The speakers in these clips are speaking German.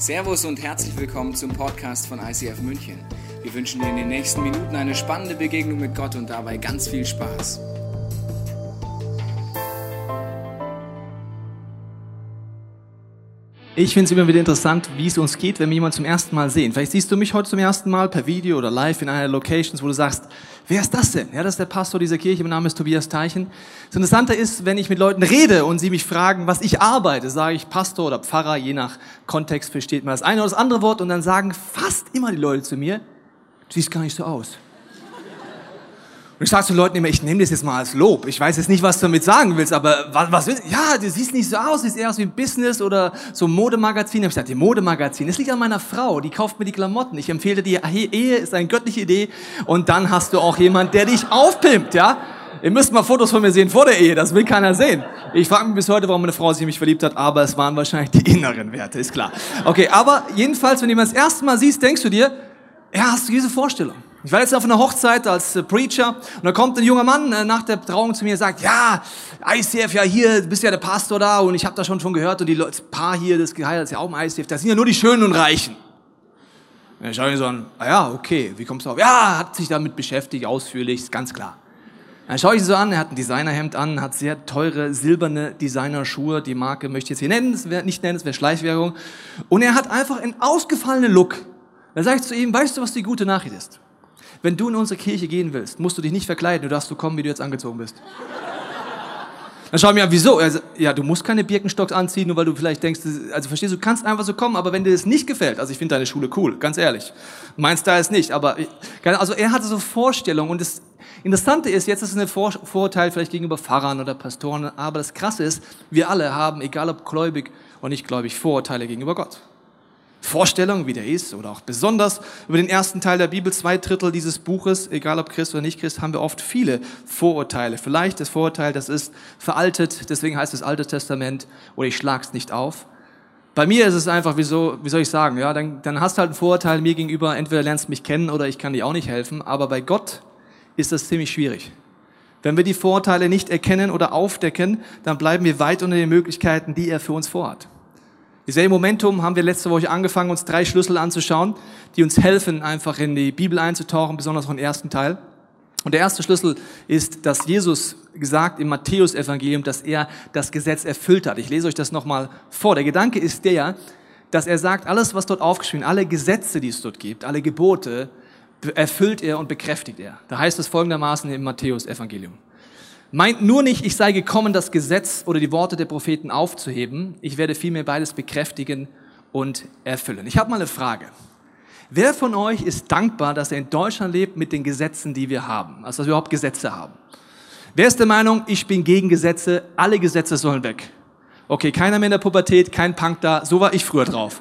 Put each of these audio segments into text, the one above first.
Servus und herzlich willkommen zum Podcast von ICF München. Wir wünschen dir in den nächsten Minuten eine spannende Begegnung mit Gott und dabei ganz viel Spaß. Ich finde es immer wieder interessant, wie es uns geht, wenn wir jemanden zum ersten Mal sehen. Vielleicht siehst du mich heute zum ersten Mal per Video oder live in einer Location, wo du sagst, wer ist das denn? Ja, das ist der Pastor dieser Kirche, mein Name ist Tobias Teichen. Das Interessante ist, wenn ich mit Leuten rede und sie mich fragen, was ich arbeite, sage ich Pastor oder Pfarrer, je nach Kontext versteht man das eine oder das andere Wort und dann sagen fast immer die Leute zu mir, du siehst gar nicht so aus. Und ich sage zu den Leuten immer, ich nehme das jetzt mal als Lob. Ich weiß jetzt nicht, was du damit sagen willst, aber was willst du? Ja, du siehst nicht so aus, du siehst eher aus wie ein Business oder so ein Modemagazin. Ich habe gesagt, die Modemagazin, das liegt an meiner Frau, die kauft mir die Klamotten. Ich empfehle dir, Ehe ist eine göttliche Idee und dann hast du auch jemand, der dich aufpimpt, ja? Ihr müsst mal Fotos von mir sehen vor der Ehe, das will keiner sehen. Ich frage mich bis heute, warum meine Frau sich in mich verliebt hat, aber es waren wahrscheinlich die inneren Werte, ist klar. Okay, aber jedenfalls, wenn du jemanden das erste Mal siehst, denkst du dir, ja, hast du diese Vorstellung? Ich war jetzt auf einer Hochzeit als Preacher und da kommt ein junger Mann nach der Trauung zu mir und sagt, ja, ICF, ja hier, du bist ja der Pastor da und ich habe da schon gehört und die Leute, das Paar hier, das geheiratet ist ja auch im ICF, das sind ja nur die Schönen und Reichen. Und ich schaue ihn so an, ja, okay, wie kommst du auf? Ja, hat sich damit beschäftigt, ausführlich, ist ganz klar. Dann schaue ich ihn so an, er hat ein Designerhemd an, hat sehr teure silberne Designerschuhe, die Marke möchte ich jetzt hier nennen, das wäre Schleichwerbung. Und er hat einfach einen ausgefallenen Look. Dann sage ich zu ihm, weißt du, was die gute Nachricht ist? Wenn du in unsere Kirche gehen willst, musst du dich nicht verkleiden, du darfst so kommen, wie du jetzt angezogen bist. Dann schau ich mir an, wieso? Also, ja, du musst keine Birkenstocks anziehen, nur weil du vielleicht denkst, also verstehst du, kannst einfach so kommen, aber wenn dir das nicht gefällt, also ich finde deine Schule cool, ganz ehrlich, mein Style ist nicht, aber, also er hatte so Vorstellungen und das Interessante ist, jetzt ist es ein Vorurteil vielleicht gegenüber Pfarrern oder Pastoren, aber das Krasse ist, wir alle haben, egal ob gläubig oder nicht gläubig, Vorurteile gegenüber Gott. Vorstellung, wie der ist, oder auch besonders über den ersten Teil der Bibel, 2/3 dieses Buches, egal ob Christ oder nicht Christ, haben wir oft viele Vorurteile. Vielleicht das Vorurteil, das ist veraltet, deswegen heißt es Alte Testament, oder ich schlag's nicht auf. Bei mir ist es einfach, wie soll ich sagen, ja, dann hast du halt ein Vorurteil mir gegenüber, entweder lernst du mich kennen oder ich kann dir auch nicht helfen, aber bei Gott ist das ziemlich schwierig. Wenn wir die Vorurteile nicht erkennen oder aufdecken, dann bleiben wir weit unter den Möglichkeiten, die er für uns vorhat. Dieselbe Momentum haben wir letzte Woche angefangen, uns 3 Schlüssel anzuschauen, die uns helfen, einfach in die Bibel einzutauchen, besonders vom ersten Teil. Und der erste Schlüssel ist, dass Jesus gesagt im Matthäus-Evangelium, dass er das Gesetz erfüllt hat. Ich lese euch das nochmal vor. Der Gedanke ist der, dass er sagt, alles, was dort aufgeschrieben ist, alle Gesetze, die es dort gibt, alle Gebote, erfüllt er und bekräftigt er. Da heißt es folgendermaßen im Matthäus-Evangelium. Meint nur nicht, ich sei gekommen, das Gesetz oder die Worte der Propheten aufzuheben. Ich werde vielmehr beides bekräftigen und erfüllen. Ich habe mal eine Frage. Wer von euch ist dankbar, dass er in Deutschland lebt mit den Gesetzen, die wir haben? Also, dass wir überhaupt Gesetze haben. Wer ist der Meinung, ich bin gegen Gesetze, alle Gesetze sollen weg? Okay, keiner mehr in der Pubertät, kein Punk da, so war ich früher drauf.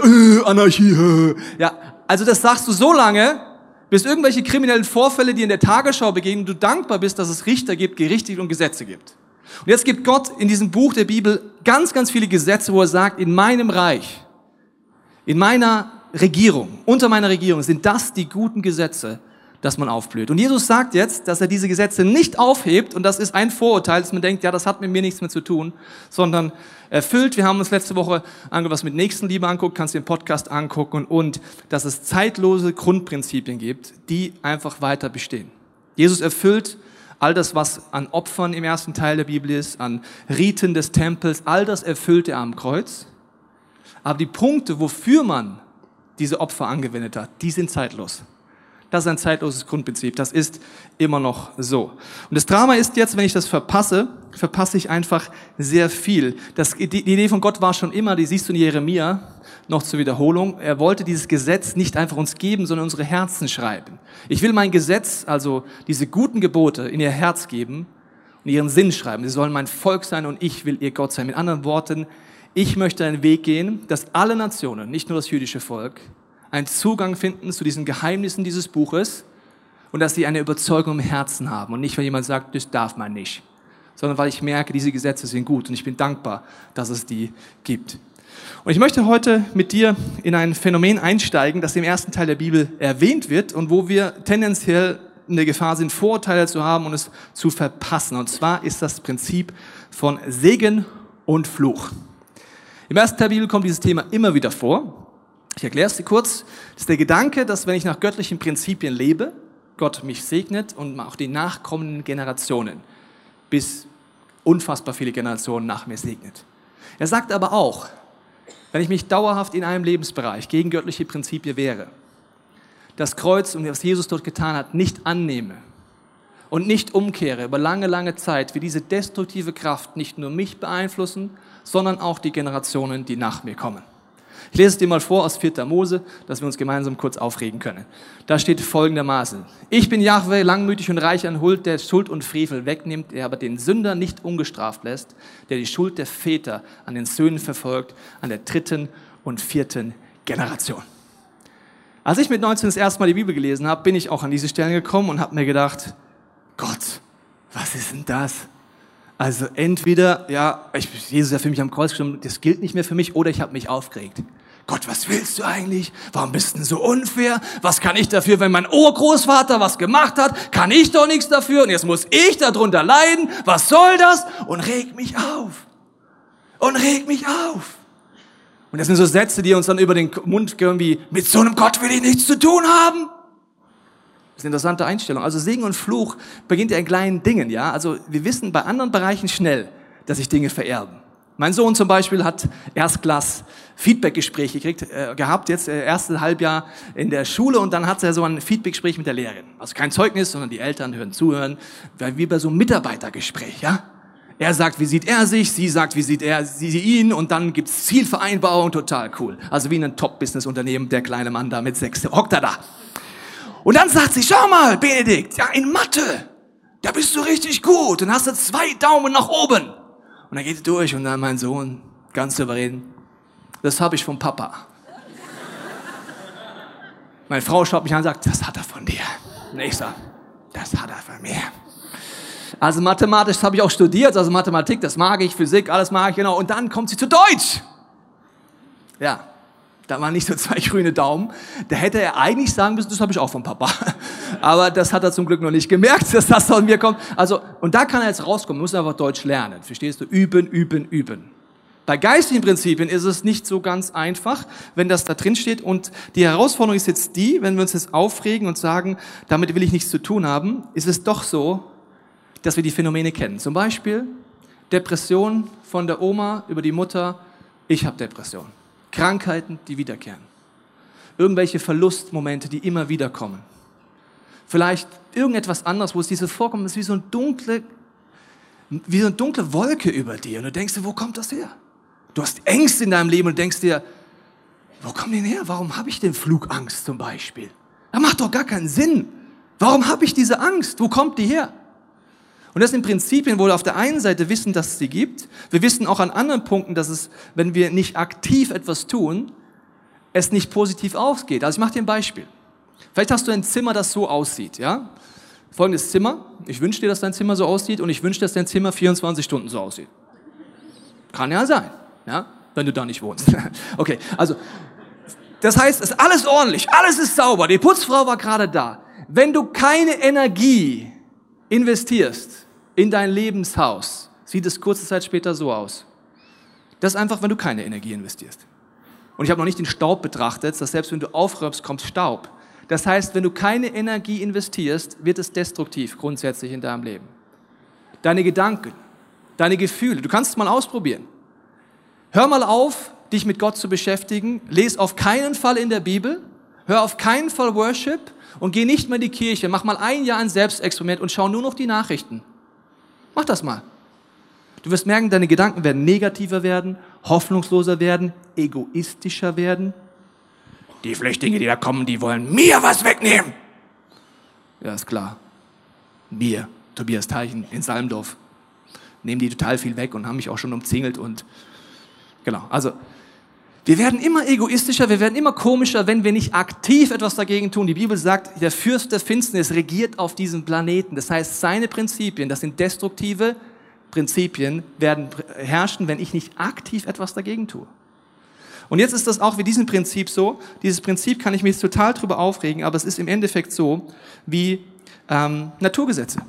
Anarchie. Ja, also das sagst du so lange, bis irgendwelche kriminellen Vorfälle, die in der Tagesschau begegnen, du dankbar bist, dass es Richter gibt, Gerichte und Gesetze gibt. Und jetzt gibt Gott in diesem Buch der Bibel ganz, ganz viele Gesetze, wo er sagt, in meinem Reich, in meiner Regierung, unter meiner Regierung sind das die guten Gesetze, dass man aufblüht. Und Jesus sagt jetzt, dass er diese Gesetze nicht aufhebt, und das ist ein Vorurteil, dass man denkt, ja, das hat mit mir nichts mehr zu tun, sondern erfüllt. Wir haben uns letzte Woche was mit Nächstenliebe anguckt, kannst du den Podcast angucken, und dass es zeitlose Grundprinzipien gibt, die einfach weiter bestehen. Jesus erfüllt all das, was an Opfern im ersten Teil der Bibel ist, an Riten des Tempels, all das erfüllt er am Kreuz. Aber die Punkte, wofür man diese Opfer angewendet hat, die sind zeitlos. Das ist ein zeitloses Grundprinzip. Das ist immer noch so. Und das Drama ist jetzt, wenn ich das verpasse ich einfach sehr viel. Die Idee von Gott war schon immer, die siehst du in Jeremia, noch zur Wiederholung. Er wollte dieses Gesetz nicht einfach uns geben, sondern unsere Herzen schreiben. Ich will mein Gesetz, also diese guten Gebote, in ihr Herz geben und ihren Sinn schreiben. Sie sollen mein Volk sein und ich will ihr Gott sein. Mit anderen Worten, ich möchte einen Weg gehen, dass alle Nationen, nicht nur das jüdische Volk, einen Zugang finden zu diesen Geheimnissen dieses Buches und dass sie eine Überzeugung im Herzen haben und nicht, weil jemand sagt, das darf man nicht, sondern weil ich merke, diese Gesetze sind gut und ich bin dankbar, dass es die gibt. Und ich möchte heute mit dir in ein Phänomen einsteigen, das im ersten Teil der Bibel erwähnt wird und wo wir tendenziell in der Gefahr sind, Vorurteile zu haben und es zu verpassen. Und zwar ist das Prinzip von Segen und Fluch. Im ersten Teil der Bibel kommt dieses Thema immer wieder vor. Ich erkläre es dir kurz. Das ist der Gedanke, dass wenn ich nach göttlichen Prinzipien lebe, Gott mich segnet und auch die nachkommenden Generationen bis unfassbar viele Generationen nach mir segnet. Er sagt aber auch, wenn ich mich dauerhaft in einem Lebensbereich gegen göttliche Prinzipien wehre, das Kreuz und was Jesus dort getan hat, nicht annehme und nicht umkehre über lange, lange Zeit, wird diese destruktive Kraft nicht nur mich beeinflussen, sondern auch die Generationen, die nach mir kommen. Ich lese es dir mal vor aus 4. Mose, dass wir uns gemeinsam kurz aufregen können. Da steht folgendermaßen: Ich bin Jahwe, langmütig und reich an Huld, der Schuld und Frevel wegnimmt, der aber den Sünder nicht ungestraft lässt, der die Schuld der Väter an den Söhnen verfolgt, an der 3. und 4. Generation. Als ich mit 19 das erste Mal die Bibel gelesen habe, bin ich auch an diese Stellen gekommen und habe mir gedacht, Gott, was ist denn das? Also entweder, Jesus ist ja für mich am Kreuz gestorben, das gilt nicht mehr für mich, oder ich habe mich aufgeregt. Gott, was willst du eigentlich? Warum bist du denn so unfair? Was kann ich dafür, wenn mein Urgroßvater was gemacht hat? Kann ich doch nichts dafür und jetzt muss ich darunter leiden? Was soll das? Und reg mich auf. Und das sind so Sätze, die uns dann über den Mund gehen wie, mit so einem Gott will ich nichts zu tun haben. Das ist eine interessante Einstellung. Also Segen und Fluch beginnt ja in kleinen Dingen, ja. Also wir wissen bei anderen Bereichen schnell, dass sich Dinge vererben. Mein Sohn zum Beispiel hat Erstklass-Feedback-Gespräche gehabt, jetzt erstes Halbjahr in der Schule, und dann hat er so ein Feedback-Gespräch mit der Lehrerin. Also kein Zeugnis, sondern die Eltern zuhören, wie bei so einem Mitarbeitergespräch, ja. Er sagt, wie sieht er sich, sie sagt, wie sieht sie ihn, und dann gibt's Zielvereinbarung, total cool. Also wie in einem Top-Business-Unternehmen, der kleine Mann da mit 6, hockt er da. Und dann sagt sie, schau mal, Benedikt, ja, in Mathe, da bist du richtig gut, und hast du 2 Daumen nach oben. Und dann geht er durch, und dann mein Sohn, ganz souverän, das habe ich vom Papa. Meine Frau schaut mich an und sagt, das hat er von dir. Und ich sage, das hat er von mir. Also Mathematisch, das habe ich auch studiert, also Mathematik, das mag ich, Physik, alles mag ich, genau. Und dann kommt sie zu Deutsch. Ja. Da waren nicht so 2 grüne Daumen. Da hätte er eigentlich sagen müssen, das habe ich auch vom Papa. Aber das hat er zum Glück noch nicht gemerkt, dass das von mir kommt. Also, und da kann er jetzt rauskommen, muss einfach Deutsch lernen. Verstehst du? Üben. Bei geistlichen Prinzipien ist es nicht so ganz einfach, wenn das da drin steht. Und die Herausforderung ist jetzt die, wenn wir uns jetzt aufregen und sagen, damit will ich nichts zu tun haben, ist es doch so, dass wir die Phänomene kennen. Zum Beispiel Depression von der Oma über die Mutter. Ich habe Depression. Krankheiten, die wiederkehren. Irgendwelche Verlustmomente, die immer wieder kommen. Vielleicht irgendetwas anderes, wo es diese vorkommt, ist wie so eine dunkle Wolke über dir. Und du denkst dir, wo kommt das her? Du hast Ängste in deinem Leben und denkst dir, wo kommt die her? Warum habe ich denn Flugangst zum Beispiel? Das macht doch gar keinen Sinn. Warum habe ich diese Angst? Wo kommt die her? Und das sind Prinzipien, wo wir auf der einen Seite wissen, dass es sie gibt. Wir wissen auch an anderen Punkten, dass es, wenn wir nicht aktiv etwas tun, es nicht positiv ausgeht. Also ich mache dir ein Beispiel. Vielleicht hast du ein Zimmer, das so aussieht, ja? Folgendes Zimmer. Ich wünsche dir, dass dein Zimmer so aussieht, und ich wünsche, dass dein Zimmer 24 Stunden so aussieht. Kann ja sein, ja? Wenn du da nicht wohnst. Okay, also das heißt, es ist alles ordentlich, alles ist sauber. Die Putzfrau war gerade da. Wenn du keine Energie investierst in dein Lebenshaus, sieht es kurze Zeit später so aus. Das ist einfach, wenn du keine Energie investierst. Und ich habe noch nicht den Staub betrachtet, dass selbst wenn du aufräumst, kommt Staub. Das heißt, wenn du keine Energie investierst, wird es destruktiv grundsätzlich in deinem Leben. Deine Gedanken, deine Gefühle, du kannst es mal ausprobieren. Hör mal auf, dich mit Gott zu beschäftigen, les auf keinen Fall in der Bibel, hör auf keinen Fall Worship und geh nicht mehr in die Kirche. Mach mal 1 Jahr ein Selbstexperiment und schau nur noch die Nachrichten. Mach das mal. Du wirst merken, deine Gedanken werden negativer werden, hoffnungsloser werden, egoistischer werden. Die Flüchtlinge, die da kommen, die wollen mir was wegnehmen. Ja, ist klar. Mir, Tobias Teichen in Salmdorf, nehmen die total viel weg und haben mich auch schon umzingelt und genau. Also wir werden immer egoistischer, wir werden immer komischer, wenn wir nicht aktiv etwas dagegen tun. Die Bibel sagt, der Fürst der Finsternis regiert auf diesem Planeten. Das heißt, seine Prinzipien, das sind destruktive Prinzipien, werden herrschen, wenn ich nicht aktiv etwas dagegen tue. Und jetzt ist das auch wie diesem Prinzip so. Dieses Prinzip kann ich mich total drüber aufregen, aber es ist im Endeffekt so wie Naturgesetze.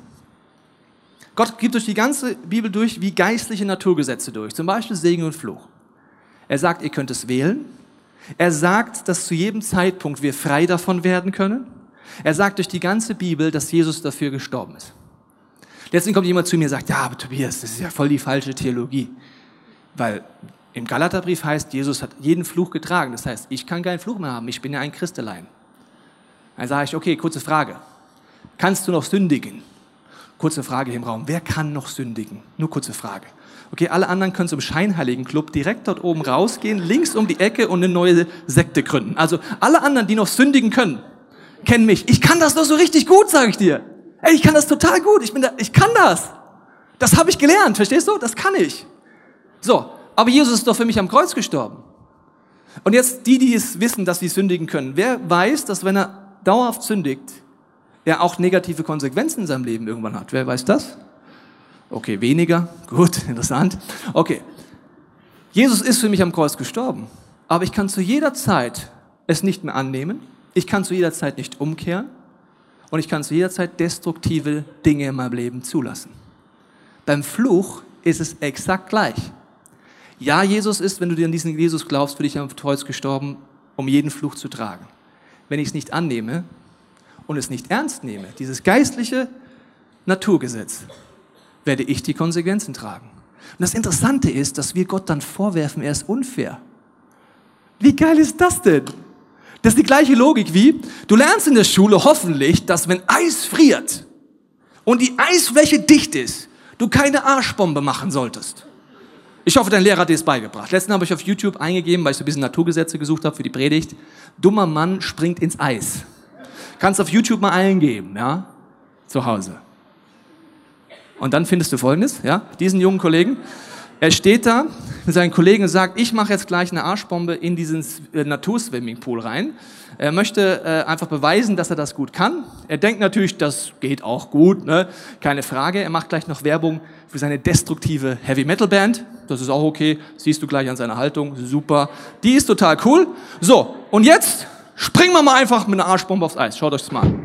Gott gibt durch die ganze Bibel wie geistliche Naturgesetze durch. Zum Beispiel Segen und Fluch. Er sagt, ihr könnt es wählen, Er sagt, dass zu jedem Zeitpunkt wir frei davon werden können. Er sagt durch die ganze Bibel, dass Jesus dafür gestorben ist. Deswegen kommt jemand zu mir und sagt, ja, aber Tobias, das ist ja voll die falsche Theologie. Weil im Galaterbrief heißt, Jesus hat jeden Fluch getragen. Das heißt, ich kann keinen Fluch mehr haben, ich bin ja ein Christelein. Dann sage ich, okay, kurze Frage. Kannst du noch sündigen? Kurze Frage im Raum. Wer kann noch sündigen? Nur kurze Frage. Okay, alle anderen können zum Scheinheiligenclub direkt dort oben rausgehen, links um die Ecke und eine neue Sekte gründen. Also alle anderen, die noch sündigen können, kennen mich. Ich kann das doch so richtig gut, sage ich dir. Ey, ich kann das total gut. Ich kann das. Das habe ich gelernt, verstehst du? Das kann ich. So, aber Jesus ist doch für mich am Kreuz gestorben. Und jetzt die es wissen, dass sie sündigen können. Wer weiß, dass wenn er dauerhaft sündigt, er auch negative Konsequenzen in seinem Leben irgendwann hat? Wer weiß das? Okay, weniger. Gut, interessant. Okay. Jesus ist für mich am Kreuz gestorben. Aber ich kann zu jeder Zeit es nicht mehr annehmen. Ich kann zu jeder Zeit nicht umkehren. Und ich kann zu jeder Zeit destruktive Dinge in meinem Leben zulassen. Beim Fluch ist es exakt gleich. Ja, Jesus ist, wenn du dir an diesen Jesus glaubst, für dich am Kreuz gestorben, um jeden Fluch zu tragen. Wenn ich es nicht annehme und es nicht ernst nehme, dieses geistliche Naturgesetz, werde ich die Konsequenzen tragen. Und das Interessante ist, dass wir Gott dann vorwerfen, er ist unfair. Wie geil ist das denn? Das ist die gleiche Logik wie, du lernst in der Schule hoffentlich, dass wenn Eis friert und die Eisfläche dicht ist, du keine Arschbombe machen solltest. Ich hoffe, dein Lehrer hat dir das beigebracht. Letztens habe ich auf YouTube eingegeben, weil ich so ein bisschen Naturgesetze gesucht habe für die Predigt. Dummer Mann springt ins Eis. Kannst auf YouTube mal eingeben, ja, zu Hause. Und dann findest du Folgendes, ja, diesen jungen Kollegen. Er steht da mit seinen Kollegen und sagt, ich mache jetzt gleich eine Arschbombe in diesen Naturswimmingpool rein. Er möchte einfach beweisen, dass er das gut kann. Er denkt natürlich, das geht auch gut, ne? Keine Frage. Er macht gleich noch Werbung für seine destruktive Heavy-Metal-Band. Das ist auch okay, siehst du gleich an seiner Haltung, super. Die ist total cool. So, und jetzt springen wir mal einfach mit einer Arschbombe aufs Eis. Schaut euch das mal an.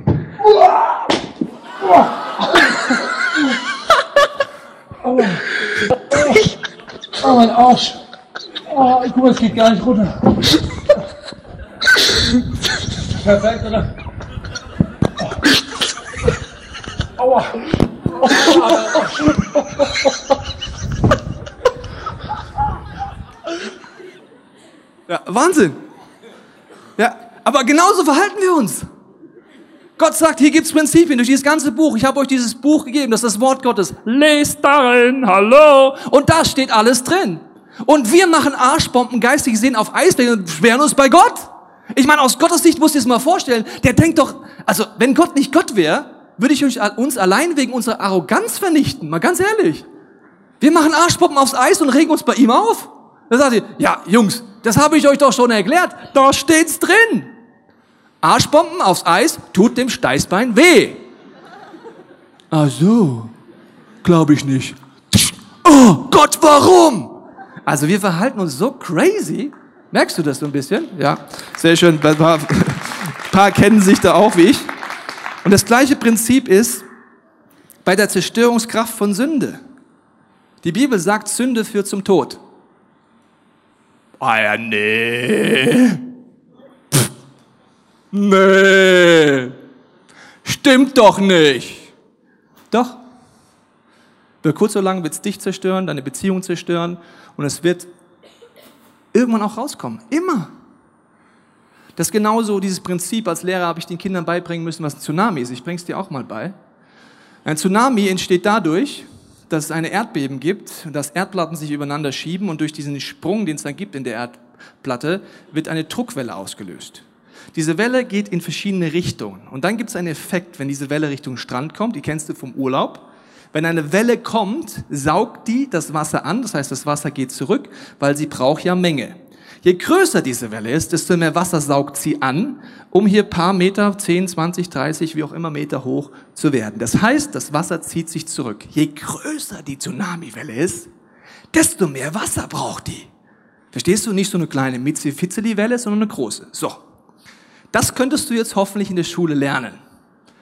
Oh, mein Arsch. Oh, guck mal, es geht gar nicht runter. Perfekt, oder? Aua. Ja, Wahnsinn. Ja, aber genauso verhalten wir uns. Gott sagt, hier gibt's Prinzipien durch dieses ganze Buch. Ich habe euch dieses Buch gegeben, das ist das Wort Gottes. Lest darin, hallo. Und da steht alles drin. Und wir machen Arschbomben geistig gesehen auf Eisbergen und beschweren uns bei Gott. Ich meine, aus Gottes Sicht musst du dir das mal vorstellen. Der denkt doch, also wenn Gott nicht Gott wäre, würde ich uns allein wegen unserer Arroganz vernichten. Mal ganz ehrlich. Wir machen Arschbomben aufs Eis und regen uns bei ihm auf. Da sagt ihr, ja Jungs, das habe ich euch doch schon erklärt. Da steht's drin. Arschbomben aufs Eis tut dem Steißbein weh. Ach so, glaube ich nicht. Oh Gott, warum? Also wir verhalten uns so crazy. Merkst du das so ein bisschen? Ja, sehr schön. Ein paar kennen sich da auch wie ich. Und das gleiche Prinzip ist bei der Zerstörungskraft von Sünde. Die Bibel sagt, Sünde führt zum Tod. Ah ja, nee. Nee, stimmt doch nicht. Doch. Über kurz oder lang wird es dich zerstören, deine Beziehung zerstören und es wird irgendwann auch rauskommen. Immer. Das ist genauso dieses Prinzip, als Lehrer habe ich den Kindern beibringen müssen, was ein Tsunami ist. Ich bringe es dir auch mal bei. Ein Tsunami entsteht dadurch, dass es eine Erdbeben gibt, dass Erdplatten sich übereinander schieben und durch diesen Sprung, den es dann gibt in der Erdplatte, wird eine Druckwelle ausgelöst. Diese Welle geht in verschiedene Richtungen. Und dann gibt es einen Effekt, wenn diese Welle Richtung Strand kommt, die kennst du vom Urlaub. Wenn eine Welle kommt, saugt die das Wasser an, das heißt, das Wasser geht zurück, weil sie braucht ja Menge. Je größer diese Welle ist, desto mehr Wasser saugt sie an, um hier paar Meter, 10, 20, 30, wie auch immer Meter hoch zu werden. Das heißt, das Wasser zieht sich zurück. Je größer die Tsunamiwelle ist, desto mehr Wasser braucht die. Verstehst du? Nicht so eine kleine Mitzi-Fitzeli-Welle, sondern eine große. So. Das könntest du jetzt hoffentlich in der Schule lernen.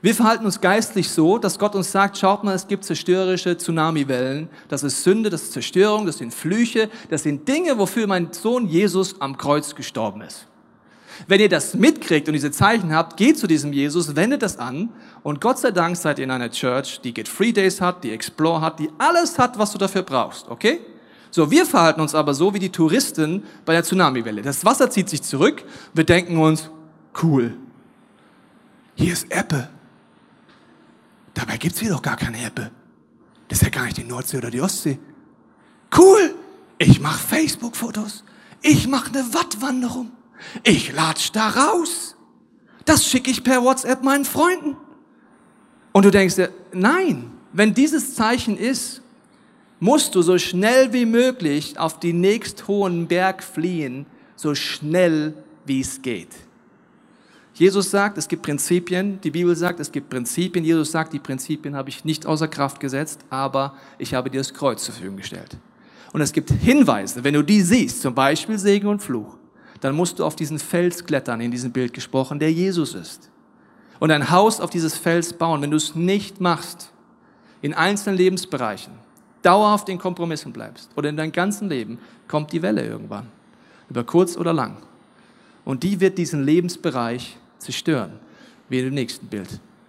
Wir verhalten uns geistlich so, dass Gott uns sagt, schaut mal, es gibt zerstörerische Tsunamiwellen, das ist Sünde, das ist Zerstörung, das sind Flüche, das sind Dinge, wofür mein Sohn Jesus am Kreuz gestorben ist. Wenn ihr das mitkriegt und diese Zeichen habt, geht zu diesem Jesus, wendet das an und Gott sei Dank seid ihr in einer Church, die Get Free Days hat, die Explore hat, die alles hat, was du dafür brauchst, okay? So, wir verhalten uns aber so wie die Touristen bei der Tsunamiwelle. Das Wasser zieht sich zurück, wir denken uns, cool, hier ist Ebbe. Dabei gibt's hier doch gar keine Ebbe. Das ist ja gar nicht die Nordsee oder die Ostsee. Cool, ich mache Facebook-Fotos, ich mache eine Wattwanderung, ich latsch da raus. Das schicke ich per WhatsApp meinen Freunden. Und du denkst dir, nein, wenn dieses Zeichen ist, musst du so schnell wie möglich auf den nächsthohen Berg fliehen, so schnell wie es geht. Jesus sagt, es gibt Prinzipien, die Bibel sagt, es gibt Prinzipien. Jesus sagt, die Prinzipien habe ich nicht außer Kraft gesetzt, aber ich habe dir das Kreuz zur Verfügung gestellt. Und es gibt Hinweise, wenn du die siehst, zum Beispiel Segen und Fluch, dann musst du auf diesen Fels klettern, in diesem Bild gesprochen, der Jesus ist. Und ein Haus auf dieses Fels bauen. Wenn du es nicht machst, in einzelnen Lebensbereichen, dauerhaft in Kompromissen bleibst oder in deinem ganzen Leben, kommt die Welle irgendwann, über kurz oder lang. Und die wird diesen Lebensbereich zerstören, wie in dem nächsten Bild.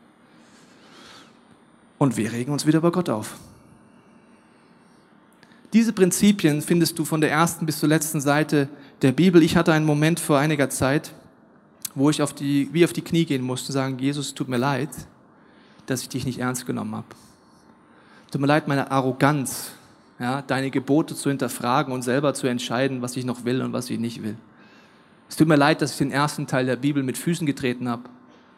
Und wir regen uns wieder bei Gott auf. Diese Prinzipien findest du von der ersten bis zur letzten Seite der Bibel. Ich hatte einen Moment vor einiger Zeit, wo ich wie auf die Knie gehen musste und sagen, Jesus, tut mir leid, dass ich dich nicht ernst genommen habe. Tut mir leid, meine Arroganz, ja, deine Gebote zu hinterfragen und selber zu entscheiden, was ich noch will und was ich nicht will. Es tut mir leid, dass ich den ersten Teil der Bibel mit Füßen getreten habe.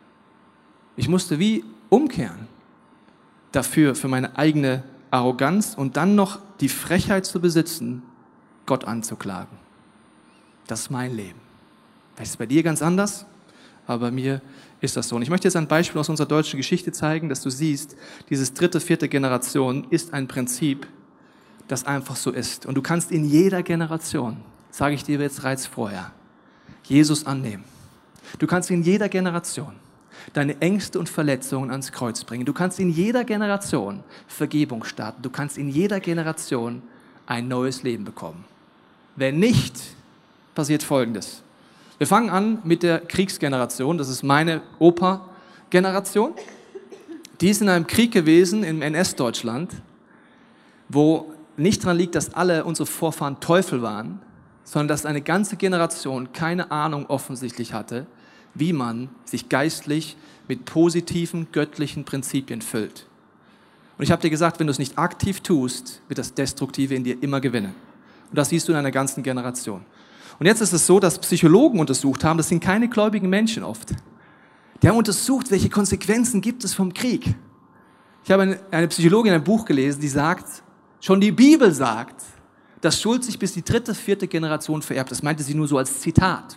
Ich musste wie umkehren dafür, für meine eigene Arroganz und dann noch die Frechheit zu besitzen, Gott anzuklagen. Das ist mein Leben. Vielleicht ist es bei dir ganz anders, aber bei mir ist das so. Und ich möchte jetzt ein Beispiel aus unserer deutschen Geschichte zeigen, dass du siehst, dieses 3., 4. Generation ist ein Prinzip, das einfach so ist. Und du kannst in jeder Generation, sage ich dir jetzt bereits vorher, Jesus annehmen. Du kannst in jeder Generation deine Ängste und Verletzungen ans Kreuz bringen. Du kannst in jeder Generation Vergebung starten. Du kannst in jeder Generation ein neues Leben bekommen. Wenn nicht, passiert Folgendes. Wir fangen an mit der Kriegsgeneration. Das ist meine Opa-Generation. Die ist in einem Krieg gewesen im NS-Deutschland, wo nicht daran liegt, dass alle unsere Vorfahren Teufel waren, sondern dass eine ganze Generation keine Ahnung offensichtlich hatte, wie man sich geistlich mit positiven, göttlichen Prinzipien füllt. Und ich habe dir gesagt, wenn du es nicht aktiv tust, wird das Destruktive in dir immer gewinnen. Und das siehst du in einer ganzen Generation. Und jetzt ist es so, dass Psychologen untersucht haben, das sind keine gläubigen Menschen oft. Die haben untersucht, welche Konsequenzen gibt es vom Krieg. Ich habe eine Psychologin ein Buch gelesen, die sagt, schon die Bibel sagt, dass Schuld sich bis die 3., 4. Generation vererbt. Das meinte sie nur so als Zitat.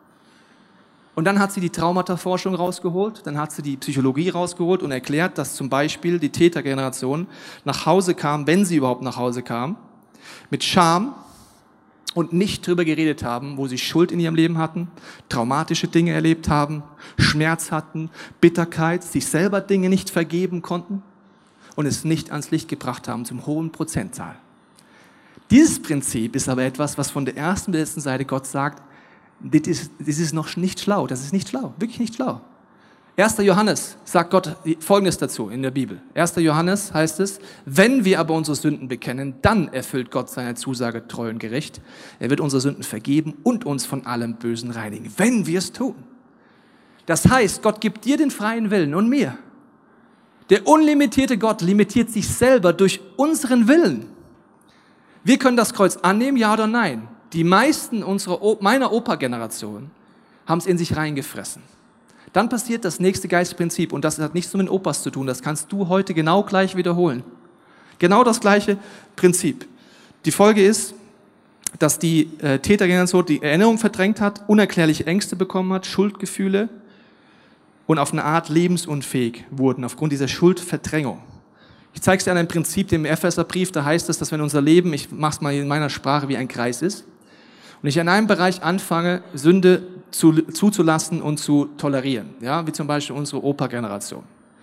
Und dann hat sie die Traumata-Forschung rausgeholt, dann hat sie die Psychologie rausgeholt und erklärt, dass zum Beispiel die Tätergeneration nach Hause kam, wenn sie überhaupt nach Hause kam, mit Scham und nicht drüber geredet haben, wo sie Schuld in ihrem Leben hatten, traumatische Dinge erlebt haben, Schmerz hatten, Bitterkeit, sich selber Dinge nicht vergeben konnten und es nicht ans Licht gebracht haben, zum hohen Prozentzahl. Dieses Prinzip ist aber etwas, was von der ersten bis letzten Seite Gott sagt, das ist noch nicht schlau, das ist nicht schlau, wirklich nicht schlau. 1. Johannes sagt Gott Folgendes dazu in der Bibel. 1. Johannes heißt es, wenn wir aber unsere Sünden bekennen, dann erfüllt Gott seine Zusage treu und gerecht. Er wird unsere Sünden vergeben und uns von allem Bösen reinigen, wenn wir es tun. Das heißt, Gott gibt dir den freien Willen und mir. Der unlimitierte Gott limitiert sich selber durch unseren Willen. Wir können das Kreuz annehmen, ja oder nein. Die meisten meiner Opa-Generation haben es in sich reingefressen. Dann passiert das nächste Geistprinzip und das hat nichts mit den Opas zu tun. Das kannst du heute genau gleich wiederholen. Genau das gleiche Prinzip. Die Folge ist, dass die Tätergeneration die Erinnerung verdrängt hat, unerklärliche Ängste bekommen hat, Schuldgefühle und auf eine Art lebensunfähig wurden aufgrund dieser Schuldverdrängung. Ich zeige es dir an einem Prinzip, dem Epheserbrief, da heißt es, dass wenn unser Leben, ich mache es mal in meiner Sprache, wie ein Kreis ist, und ich in einem Bereich anfange, Sünde zuzulassen und zu tolerieren, ja, wie zum Beispiel unsere Opa-Generation.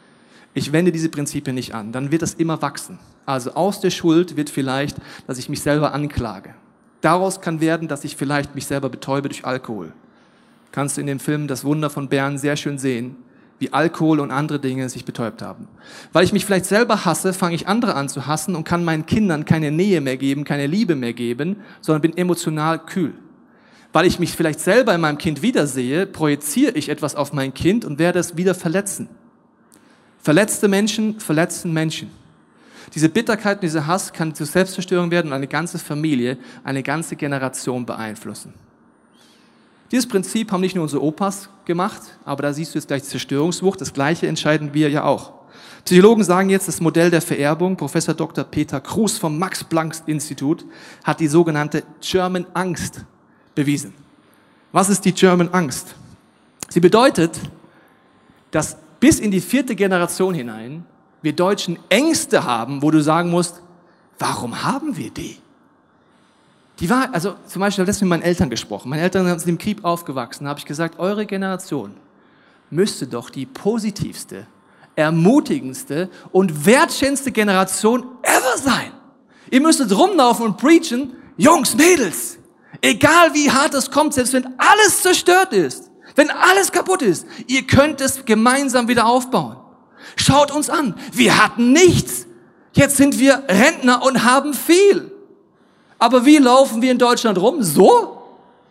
ich wende diese Prinzipien nicht an, dann wird das immer wachsen. Also aus der Schuld wird vielleicht, dass ich mich selber anklage. Daraus kann werden, dass ich vielleicht mich selber betäube durch Alkohol. Kannst du in dem Film Das Wunder von Bern sehr schön sehen, wie Alkohol und andere Dinge sich betäubt haben. Weil ich mich vielleicht selber hasse, fange ich andere an zu hassen und kann meinen Kindern keine Nähe mehr geben, keine Liebe mehr geben, sondern bin emotional kühl. Weil ich mich vielleicht selber in meinem Kind wiedersehe, projiziere ich etwas auf mein Kind und werde es wieder verletzen. Verletzte Menschen verletzen Menschen. Diese Bitterkeit und dieser Hass kann zur Selbstzerstörung werden und eine ganze Familie, eine ganze Generation beeinflussen. Dieses Prinzip haben nicht nur unsere Opas gemacht, aber da siehst du jetzt gleich die Zerstörungswucht. Das Gleiche entscheiden wir ja auch. Psychologen sagen jetzt, das Modell der Vererbung, Professor Dr. Peter Kruse vom Max-Planck-Institut hat die sogenannte German Angst bewiesen. Was ist die German Angst? Sie bedeutet, dass bis in die 4. Generation hinein wir Deutschen Ängste haben, wo du sagen musst, warum haben wir die? Die war, also zum Beispiel, ich habe letztens mit meinen Eltern gesprochen. Meine Eltern sind im Krieg aufgewachsen. Da habe ich gesagt, eure Generation müsste doch die positivste, ermutigendste und wertschätzendste Generation ever sein. Ihr müsstet rumlaufen und preachen, Jungs, Mädels, egal wie hart es kommt, selbst wenn alles zerstört ist, wenn alles kaputt ist, ihr könnt es gemeinsam wieder aufbauen. Schaut uns an, wir hatten nichts. Jetzt sind wir Rentner und haben viel. Aber wie laufen wir in Deutschland rum? So?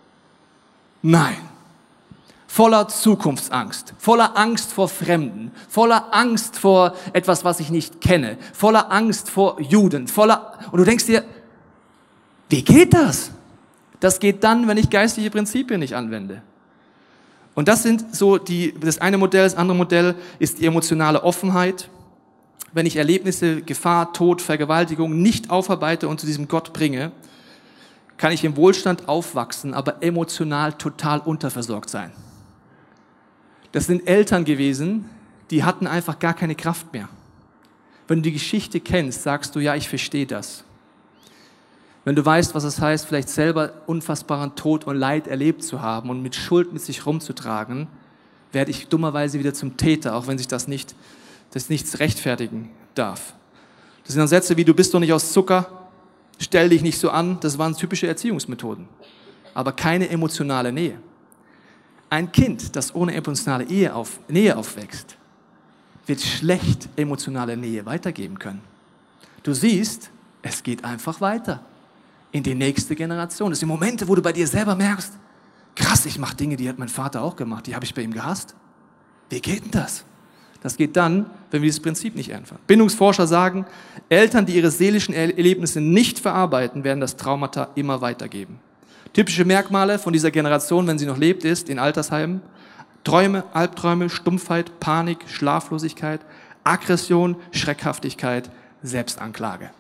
Nein. Voller Zukunftsangst, voller Angst vor Fremden, voller Angst vor etwas, was ich nicht kenne, voller Angst vor Juden, und du denkst dir, wie geht das? Das geht dann, wenn ich geistliche Prinzipien nicht anwende. Und das sind so das eine Modell, das andere Modell ist die emotionale Offenheit. Wenn ich Erlebnisse, Gefahr, Tod, Vergewaltigung nicht aufarbeite und zu diesem Gott bringe, kann ich im Wohlstand aufwachsen, aber emotional total unterversorgt sein. Das sind Eltern gewesen, die hatten einfach gar keine Kraft mehr. Wenn du die Geschichte kennst, sagst du, ja, ich verstehe das. Wenn du weißt, was es heißt, vielleicht selber unfassbaren Tod und Leid erlebt zu haben und mit Schuld mit sich rumzutragen, werde ich dummerweise wieder zum Täter, auch wenn sich das nichts rechtfertigen darf. Das sind dann Sätze wie, du bist doch nicht aus Zucker, stell dich nicht so an, das waren typische Erziehungsmethoden. Aber keine emotionale Nähe. Ein Kind, das ohne emotionale Nähe aufwächst, wird schlecht emotionale Nähe weitergeben können. Du siehst, es geht einfach weiter in die nächste Generation. Das sind Momente, wo du bei dir selber merkst, krass, ich mache Dinge, die hat mein Vater auch gemacht, die habe ich bei ihm gehasst. Wie geht denn das? Das geht dann, wenn wir dieses Prinzip nicht ändern. Bindungsforscher sagen, Eltern, die ihre seelischen Erlebnisse nicht verarbeiten, werden das Traumata immer weitergeben. Typische Merkmale von dieser Generation, wenn sie noch lebt, ist in Altersheimen Träume, Albträume, Stumpfheit, Panik, Schlaflosigkeit, Aggression, Schreckhaftigkeit, Selbstanklage.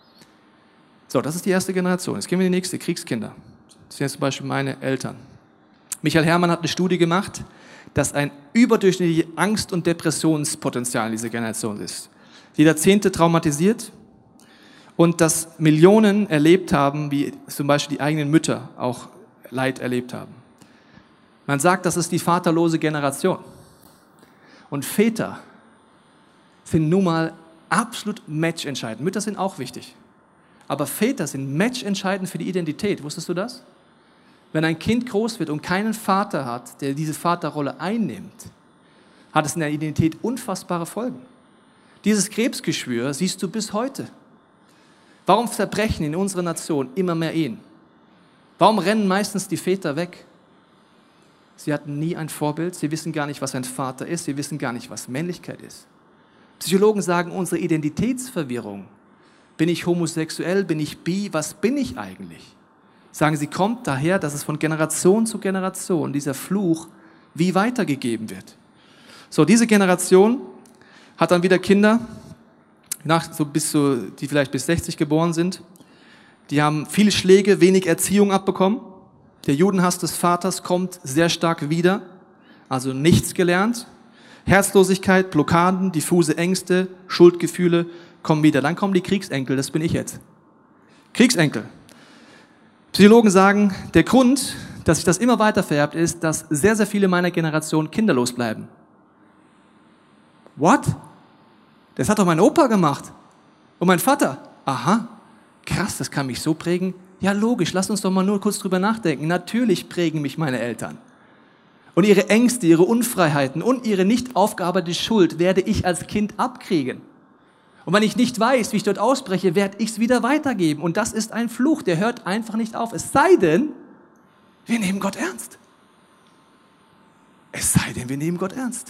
So, das ist die erste Generation. Jetzt gehen wir in die nächste, Kriegskinder. Das sind jetzt zum Beispiel meine Eltern. Michael Herrmann hat eine Studie gemacht, dass ein überdurchschnittliches Angst- und Depressionspotenzial in dieser Generation ist. Jeder 10. traumatisiert und dass Millionen erlebt haben, wie zum Beispiel die eigenen Mütter auch Leid erlebt haben. Man sagt, das ist die vaterlose Generation. Und Väter sind nun mal absolut matchentscheidend. Mütter sind auch wichtig. Aber Väter sind matchentscheidend für die Identität. Wusstest du das? Wenn ein Kind groß wird und keinen Vater hat, der diese Vaterrolle einnimmt, hat es in der Identität unfassbare Folgen. Dieses Krebsgeschwür siehst du bis heute. Warum zerbrechen in unserer Nation immer mehr Ehen? Warum rennen meistens die Väter weg? Sie hatten nie ein Vorbild, sie wissen gar nicht, was ein Vater ist, sie wissen gar nicht, was Männlichkeit ist. Psychologen sagen, unsere Identitätsverwirrung, bin ich homosexuell, bin ich bi, was bin ich eigentlich? Sagen sie, kommt daher, dass es von Generation zu Generation dieser Fluch wie weitergegeben wird. So, diese Generation hat dann wieder Kinder, die vielleicht bis 60 geboren sind. Die haben viele Schläge, wenig Erziehung abbekommen. Der Judenhass des Vaters kommt sehr stark wieder, also nichts gelernt. Herzlosigkeit, Blockaden, diffuse Ängste, Schuldgefühle kommen wieder. Dann kommen die Kriegsenkel, das bin ich jetzt. Kriegsenkel. Psychologen sagen, der Grund, dass sich das immer weiter vererbt, ist, dass sehr, sehr viele meiner Generation kinderlos bleiben. What? Das hat doch mein Opa gemacht. Und mein Vater. Aha, krass, das kann mich so prägen. Ja, logisch, lass uns doch mal nur kurz drüber nachdenken. Natürlich prägen mich meine Eltern. Und ihre Ängste, ihre Unfreiheiten und ihre nicht aufgearbeitete Schuld werde ich als Kind abkriegen. Und wenn ich nicht weiß, wie ich dort ausbreche, werde ich es wieder weitergeben. Und das ist ein Fluch, der hört einfach nicht auf. Es sei denn, wir nehmen Gott ernst. Es sei denn, wir nehmen Gott ernst.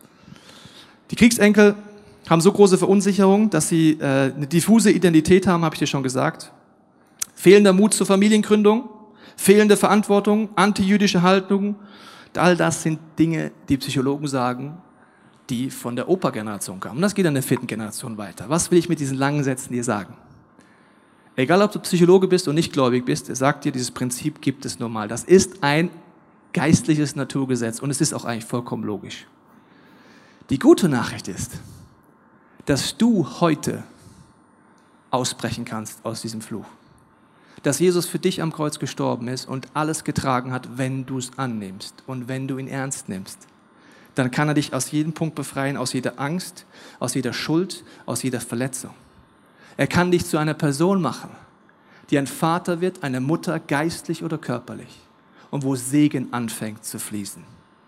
Die Kriegsenkel haben so große Verunsicherung, dass sie eine diffuse Identität haben, habe ich dir schon gesagt. Fehlender Mut zur Familiengründung, fehlende Verantwortung, antijüdische Haltung. All das sind Dinge, die Psychologen sagen, die von der Opa-Generation kamen. Und das geht an der 4. Generation weiter. Was will ich mit diesen langen Sätzen dir sagen? Egal, ob du Psychologe bist und nicht gläubig bist, er sagt dir, dieses Prinzip gibt es normal. Das ist ein geistliches Naturgesetz und es ist auch eigentlich vollkommen logisch. Die gute Nachricht ist, dass du heute ausbrechen kannst aus diesem Fluch. Dass Jesus für dich am Kreuz gestorben ist und alles getragen hat, wenn du es annimmst und wenn du ihn ernst nimmst. Dann kann er dich aus jedem Punkt befreien, aus jeder Angst, aus jeder Schuld, aus jeder Verletzung. Er kann dich zu einer Person machen, die ein Vater wird, eine Mutter, geistlich oder körperlich, und wo Segen anfängt zu fließen.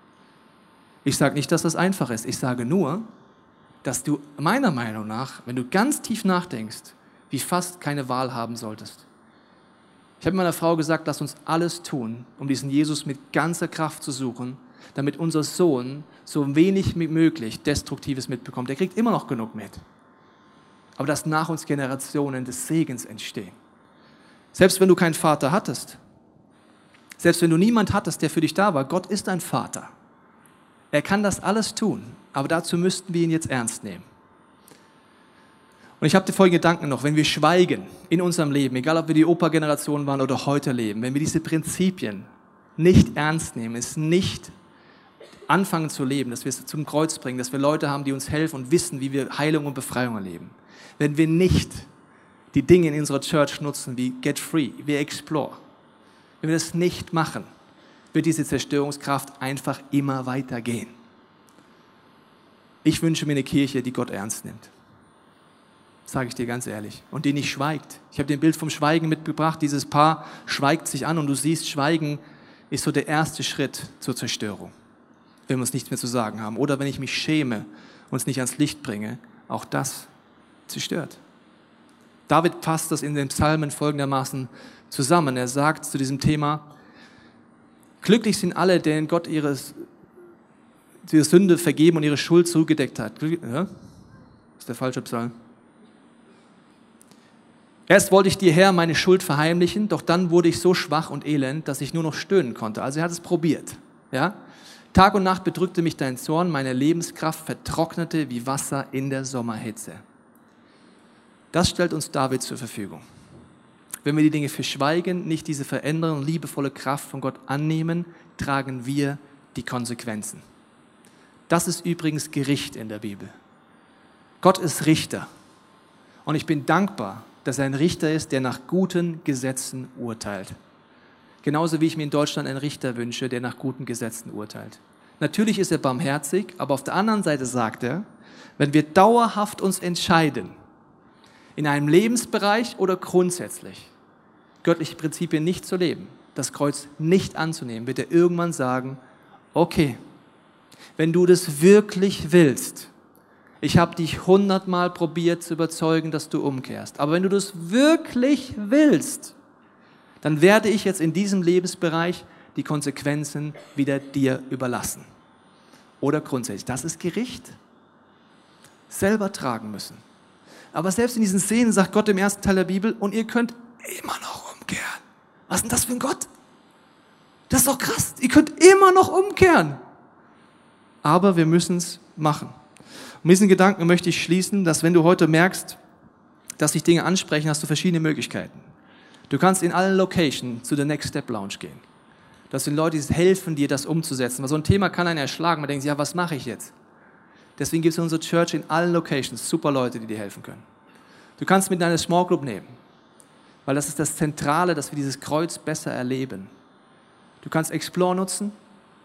Ich sage nicht, dass das einfach ist. Ich sage nur, dass du meiner Meinung nach, wenn du ganz tief nachdenkst, wie fast keine Wahl haben solltest. Ich habe meiner Frau gesagt, lass uns alles tun, um diesen Jesus mit ganzer Kraft zu suchen, damit unser Sohn so wenig wie möglich Destruktives mitbekommt. Er kriegt immer noch genug mit. Aber dass nach uns Generationen des Segens entstehen. Selbst wenn du keinen Vater hattest, selbst wenn du niemand hattest, der für dich da war, Gott ist ein Vater. Er kann das alles tun, aber dazu müssten wir ihn jetzt ernst nehmen. Und ich habe die folgenden Gedanken noch, wenn wir schweigen in unserem Leben, egal ob wir die Opa-Generation waren oder heute leben, wenn wir diese Prinzipien nicht ernst nehmen, es nicht anfangen zu leben, dass wir es zum Kreuz bringen, dass wir Leute haben, die uns helfen und wissen, wie wir Heilung und Befreiung erleben. Wenn wir nicht die Dinge in unserer Church nutzen, wie Get Free, wie Explore, wenn wir das nicht machen, wird diese Zerstörungskraft einfach immer weitergehen. Ich wünsche mir eine Kirche, die Gott ernst nimmt. Sage ich dir ganz ehrlich. Und die nicht schweigt. Ich habe dir ein Bild vom Schweigen mitgebracht. Dieses Paar schweigt sich an und du siehst, Schweigen ist so der erste Schritt zur Zerstörung, wenn wir uns nichts mehr zu sagen haben. Oder wenn ich mich schäme und es nicht ans Licht bringe, auch das zerstört. David fasst das in den Psalmen folgendermaßen zusammen. Er sagt zu diesem Thema, glücklich sind alle, denen Gott ihre Sünde vergeben und ihre Schuld zugedeckt hat. Ja? Das ist der falsche Psalm. Erst wollte ich dir, Herr, meine Schuld verheimlichen, doch dann wurde ich so schwach und elend, dass ich nur noch stöhnen konnte. Also er hat es probiert. Ja? Tag und Nacht bedrückte mich dein Zorn, meine Lebenskraft vertrocknete wie Wasser in der Sommerhitze. Das stellt uns David zur Verfügung. Wenn wir die Dinge verschweigen, nicht diese verändernde, liebevolle Kraft von Gott annehmen, tragen wir die Konsequenzen. Das ist übrigens Gericht in der Bibel. Gott ist Richter. Und ich bin dankbar, dass er ein Richter ist, der nach guten Gesetzen urteilt. Genauso wie ich mir in Deutschland einen Richter wünsche, der nach guten Gesetzen urteilt. Natürlich ist er barmherzig, aber auf der anderen Seite sagt er, wenn wir dauerhaft uns entscheiden, in einem Lebensbereich oder grundsätzlich, göttliche Prinzipien nicht zu leben, das Kreuz nicht anzunehmen, wird er irgendwann sagen, okay, wenn du das wirklich willst, ich habe dich 100-mal probiert zu überzeugen, dass du umkehrst, aber wenn du das wirklich willst, dann werde ich jetzt in diesem Lebensbereich die Konsequenzen wieder dir überlassen. Oder grundsätzlich, das ist Gericht. Selber tragen müssen. Aber selbst in diesen Szenen sagt Gott im ersten Teil der Bibel, und ihr könnt immer noch umkehren. Was ist denn das für ein Gott? Das ist doch krass. Ihr könnt immer noch umkehren. Aber wir müssen es machen. Und mit diesen Gedanken möchte ich schließen, dass wenn du heute merkst, dass sich Dinge ansprechen, hast du verschiedene Möglichkeiten. Du kannst in allen Locations zu der Next Step Lounge gehen. Das sind Leute, die helfen dir, das umzusetzen. Weil so ein Thema kann einen erschlagen. Man denkt, ja, was mache ich jetzt? Deswegen gibt es in unserer Church in allen Locations super Leute, die dir helfen können. Du kannst mit deiner Small Group nehmen, weil das ist das Zentrale, dass wir dieses Kreuz besser erleben. Du kannst Explore nutzen,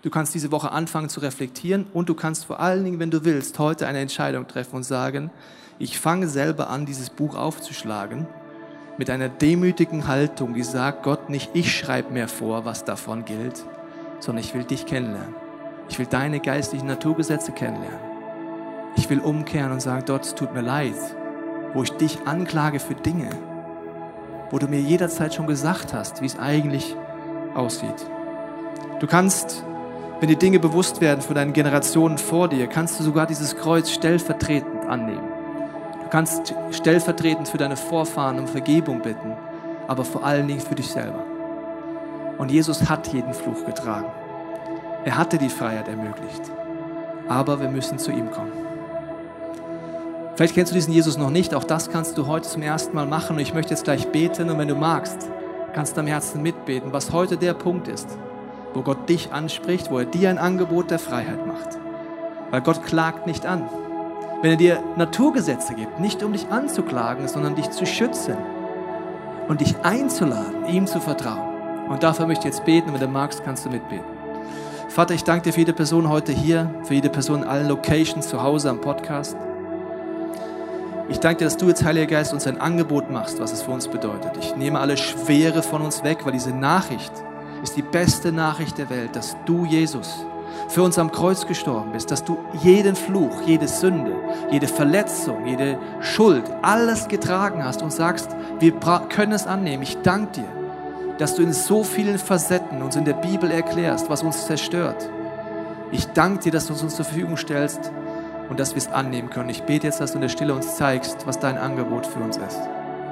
Du kannst diese Woche anfangen zu reflektieren und du kannst vor allen Dingen, wenn du willst, heute eine Entscheidung treffen und sagen, ich fange selber an, dieses Buch aufzuschlagen mit einer demütigen Haltung, die sagt, Gott, nicht ich schreibe mir vor, was davon gilt, sondern ich will dich kennenlernen. Ich will deine geistlichen Naturgesetze kennenlernen. Ich will umkehren und sagen, Gott, es tut mir leid, wo ich dich anklage für Dinge, wo du mir jederzeit schon gesagt hast, wie es eigentlich aussieht. Du kannst, wenn die Dinge bewusst werden von deinen Generationen vor dir, kannst du sogar dieses Kreuz stellvertretend annehmen. Du kannst stellvertretend für deine Vorfahren um Vergebung bitten, aber vor allen Dingen für dich selber. Und Jesus hat jeden Fluch getragen. Er hatte die Freiheit ermöglicht. Aber wir müssen zu ihm kommen. Vielleicht kennst du diesen Jesus noch nicht, auch das kannst du heute zum ersten Mal machen. Und ich möchte jetzt gleich beten und wenn du magst, kannst du am Herzen mitbeten, was heute der Punkt ist, wo Gott dich anspricht, wo er dir ein Angebot der Freiheit macht. Weil Gott klagt nicht an. Wenn er dir Naturgesetze gibt, nicht um dich anzuklagen, sondern dich zu schützen und dich einzuladen, ihm zu vertrauen. Und dafür möchte ich jetzt beten und wenn du magst, kannst du mitbeten. Vater, ich danke dir für jede Person heute hier, für jede Person in allen Locations, zu Hause am Podcast. Ich danke dir, dass du jetzt, Heiliger Geist, uns ein Angebot machst, was es für uns bedeutet. Ich nehme alle Schwere von uns weg, weil diese Nachricht ist die beste Nachricht der Welt, dass du, Jesus, für uns am Kreuz gestorben bist, dass du jeden Fluch, jede Sünde, jede Verletzung, jede Schuld, alles getragen hast und sagst, wir können es annehmen. Ich danke dir, dass du in so vielen Facetten uns in der Bibel erklärst, was uns zerstört. Ich danke dir, dass du uns zur Verfügung stellst und dass wir es annehmen können. Ich bete jetzt, dass du in der Stille uns zeigst, was dein Angebot für uns ist.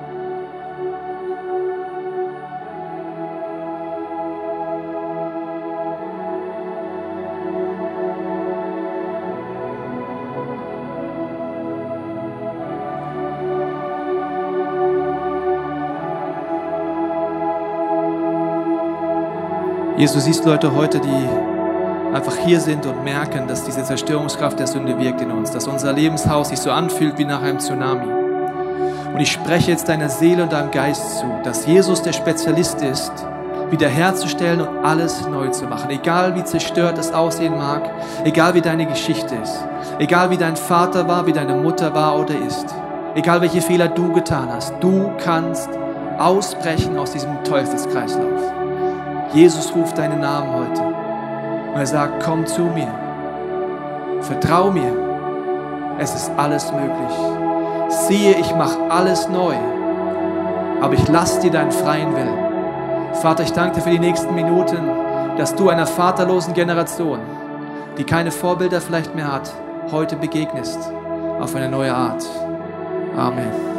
Jesus, du siehst Leute heute, die einfach hier sind und merken, dass diese Zerstörungskraft der Sünde wirkt in uns, dass unser Lebenshaus sich so anfühlt wie nach einem Tsunami. Und ich spreche jetzt deiner Seele und deinem Geist zu, dass Jesus der Spezialist ist, wiederherzustellen und alles neu zu machen. Egal wie zerstört es aussehen mag, egal wie deine Geschichte ist, egal wie dein Vater war, wie deine Mutter war oder ist, egal welche Fehler du getan hast, du kannst ausbrechen aus diesem Teufelskreislauf. Jesus ruft deinen Namen heute und er sagt, komm zu mir, vertrau mir, es ist alles möglich. Siehe, ich mache alles neu, aber ich lasse dir deinen freien Willen. Vater, ich danke dir für die nächsten Minuten, dass du einer vaterlosen Generation, die keine Vorbilder vielleicht mehr hat, heute begegnest auf eine neue Art. Amen.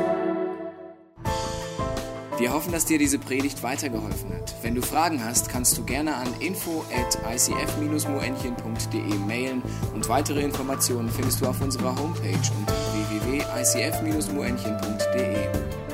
Wir hoffen, dass dir diese Predigt weitergeholfen hat. Wenn du Fragen hast, kannst du gerne an info@icf-moenchen.de mailen und weitere Informationen findest du auf unserer Homepage unter www.icf-moenchen.de.